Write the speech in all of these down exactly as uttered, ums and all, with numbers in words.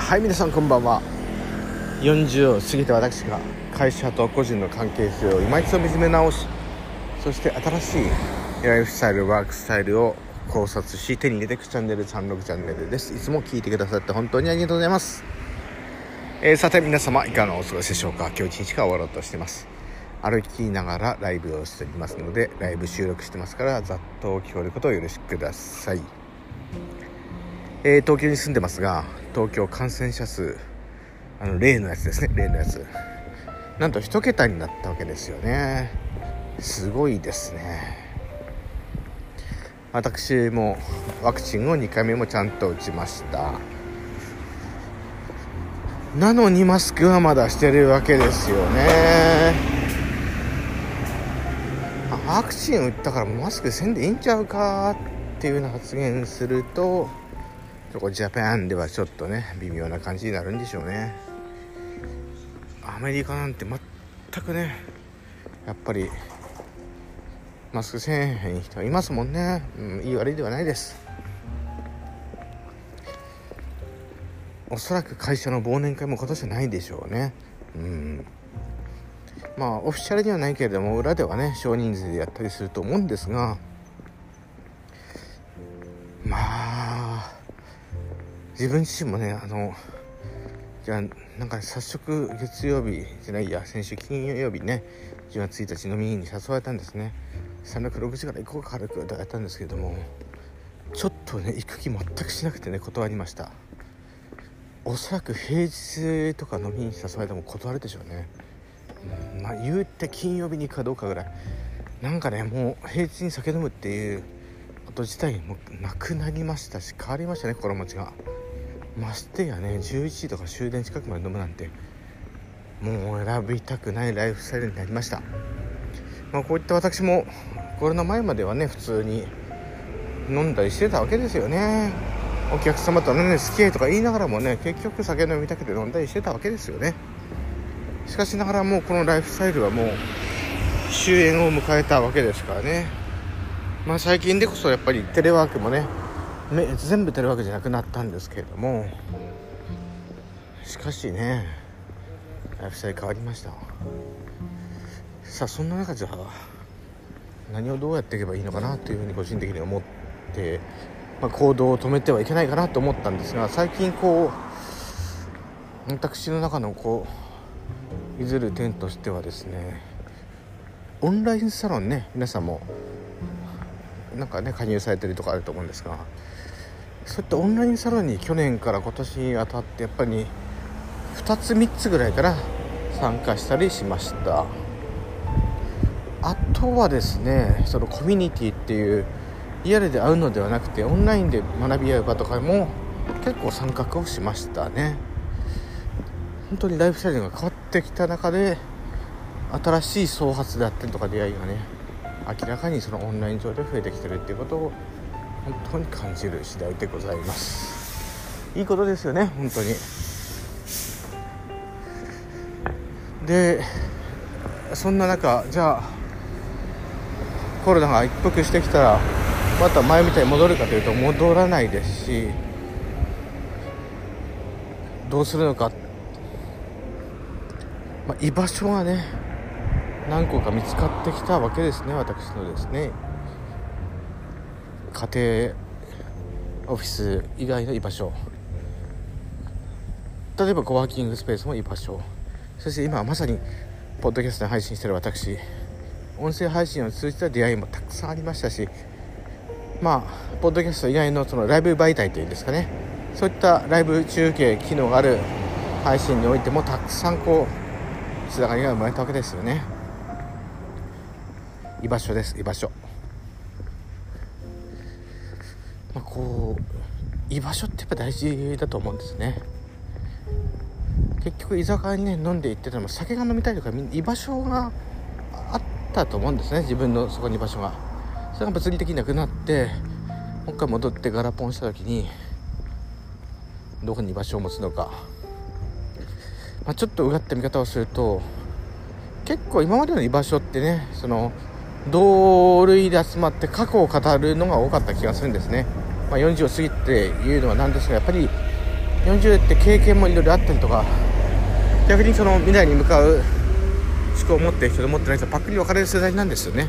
はい、皆さんこんばんは。よんじゅうを過ぎた私が会社と個人の関係性を今一度見つめ直し、そして新しいライフスタイル、ワークスタイルを考察し手に入れていくチャンネル、さんじゅうろくチャンネルです。いつも聞いてくださって本当にありがとうございます。えー、さて皆様いかがお過ごしでしょうか。今日一日が終わろうとしています。歩きながらライブをしていますので、ライブ収録してますからざっと聞こえることをよろしくください。えー、東京に住んでますが、東京感染者数、あの例のやつですね、例のやつなんと一桁になったわけですよね。すごいですね。私もワクチンをにかいめもちゃんと打ちました。なのにマスクはまだしてるわけですよね。ワクチン打ったからマスクせんでいいんちゃうかっていうような発言すると、そこジャパンではちょっとね微妙な感じになるんでしょうね。アメリカなんて全くね、やっぱりマスクせえへん人いますもんね、うん、いい悪いではないです。おそらく会社の忘年会も今年はないでしょうね。うんまあオフィシャルにはないけれども、裏ではね少人数でやったりすると思うんですが、まあ自分自身もね、あのじゃあなんか早速月曜日じゃないや先週金曜日ね、じゅうがつついたち飲みに誘われたんですね。さんびゃくろくじから行こうか軽くとやったんですけれども、ちょっとね行く気全くしなくてね断りました。おそらく平日とか飲みに誘われても断るでしょうね。うん、まあ言うて金曜日に行くかどうかぐらい、なんかねもう平日に酒飲むっていうこと自体もなくなりましたし、変わりましたね心持ちが。ましてやねじゅういちじとか終電近くまで飲むなんてもう選びたくないライフスタイルになりました。まあ、こういった私もコロナ前まではね普通に飲んだりしてたわけですよね。お客様とね好き合いとか言いながらもね、結局酒飲みたくて飲んだりしてたわけですよね。しかしながらもうこのライフスタイルはもう終焉を迎えたわけですからね。まあ最近でこそやっぱりテレワークもね全部テレワークじゃなくなったんですけれども、しかしねライフスタイル変わりました。さあそんな中じゃあ何をどうやっていけばいいのかなというふうに個人的に思って、まあ、行動を止めてはいけないかなと思ったんですが、最近こう私の中のこういずる点としてはですね、オンラインサロンね、皆さんもなんかね加入されてるとかあると思うんですが、そういったオンラインサロンに去年から今年にあたってやっぱりふたつみっつぐらいから参加したりしました。あとはですね、そのコミュニティっていうリアルで会うのではなくてオンラインで学び合う場とかも結構参画をしましたね。本当にライフスタイルが変わってきた中で新しい創発であったりとか出会いがね明らかにそのオンライン上で増えてきてるっていうことを本当に感じる次第でございます。いいことですよね本当に。でそんな中、じゃあコロナが一服してきたらまた前みたいに戻るかというと戻らないですし、どうするのか、まあ、居場所がね何個か見つかってきたわけですね。私のですね家庭オフィス以外の居場所、例えばコワーキングスペースも居場所、そして今はまさにポッドキャストで配信している私、音声配信を通じた出会いもたくさんありましたし、まあポッドキャスト以外のそのライブ媒体というんですかね、そういったライブ中継機能がある配信においてもたくさんこうつながりが生まれたわけですよね。居場所です、居場所。まあ、こう居場所ってやっぱ大事だと思うんですね。結局居酒屋にね飲んで行ってても酒が飲みたいとか居場所があったと思うんですね、自分のそこに居場所が。それが物理的になくなってもう一回戻ってガラポンした時にどこに居場所を持つのか、まあ、ちょっとうがった見方をすると結構今までの居場所ってね、その同類で集まって過去を語るのが多かった気がするんですね。まあ、よんじゅうを過ぎて言うのはなんですが、やっぱりよんじゅう代って経験もいろいろあったりとか、逆にその未来に向かう思考を持ってる人と持ってない人はパックリ分かれる世代なんですよね。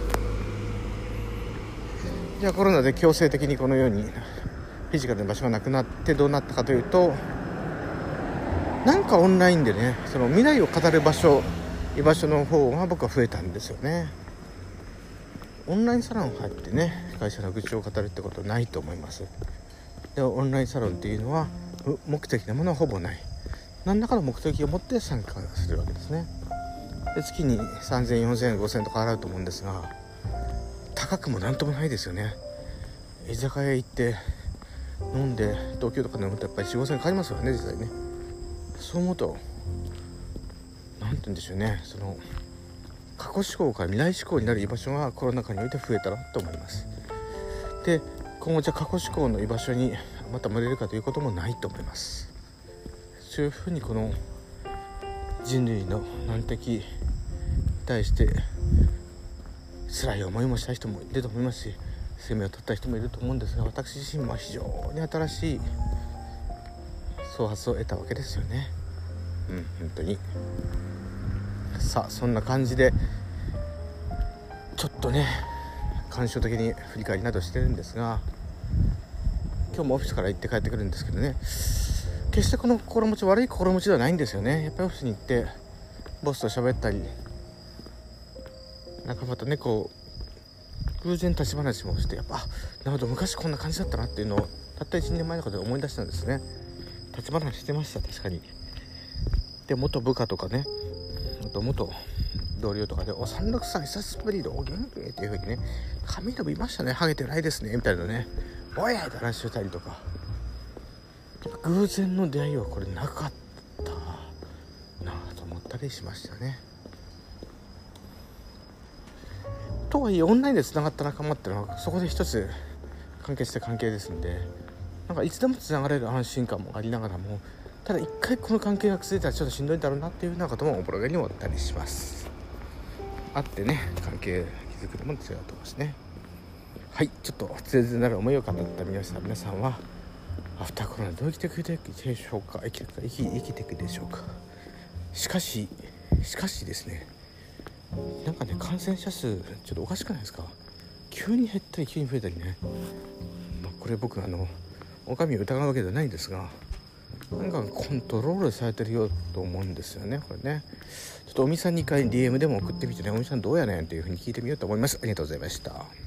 じゃあコロナで強制的にこのようにフィジカルの場所がなくなってどうなったかというと、なんかオンラインでね、その未来を語る場所、居場所の方が僕は増えたんですよね。オンラインサロン入ってね、会社の愚痴を語るってことはないと思います。でオンラインサロンっていうのは目的なものはほぼない、何らかの目的を持って参加するわけですね。で月にさんぜんえんよんせんえんごせんえんとか払うと思うんですが、高くもなんともないですよね。居酒屋行って飲んで東京とかで飲むとやっぱりよん、ごせんえんかかりますよね、実際ね。そう思うとなんて言うんでしょうね、その過去思考から未来思考になる居場所がコロナ禍において増えたなと思います。で今後じゃあ過去思考の居場所にまた戻れるかということもないと思います。そういうふうにこの人類の難敵に対して辛い思いもした人もいると思いますし、生命を絶った人もいると思うんですが、私自身は非常に新しい創発を得たわけですよね。うん本当に。さあそんな感じでちょっとね感傷的に振り返りなどしてるんですが、今日もオフィスから行って帰ってくるんですけどね、決してこの心持ち悪い心持ちではないんですよね。やっぱりオフィスに行ってボスと喋ったり、仲間とねこう偶然立ち話もして、やっぱなるほど昔こんな感じだったなっていうのをたったいちねんまえのことで思い出したんですね。立ち話してました、確かに。で元部下とかね、あと元同僚とかでおさんろくさん久しぶりでお元気っていう風にね、髪の毛いましたね、ハゲてないですねみたいなね、おいって話したりとか、偶然の出会いはこれなかったなぁと思ったりしましたね。とはいえオンラインでつながった仲間っていうのはそこで一つ関係した関係ですので、なんかいつでもつながれる安心感もありながらも、ただ一回この関係が崩れたらちょっとしんどいんだろうなっていうようなこともおぼろげに思ったりします。あってね関係築くのも違うと思いますね。はい、ちょっと全然なる思いを語った皆さん皆さんはアフターコロナどう生きてくれていくでしょうか。生きて生き生きていくでしょうか。しかししかしですね、なんかね感染者数ちょっとおかしくないですか。急に減ったり急に増えたりね、まあ、これ僕あのお上を疑うわけではないんですが、なんかコントロールされてるよと思うんですよね、これね。ちょっとおみさんにかい ディーエム でも送ってみてね、おみさんどうやねんっていう風に聞いてみようと思います。ありがとうございました。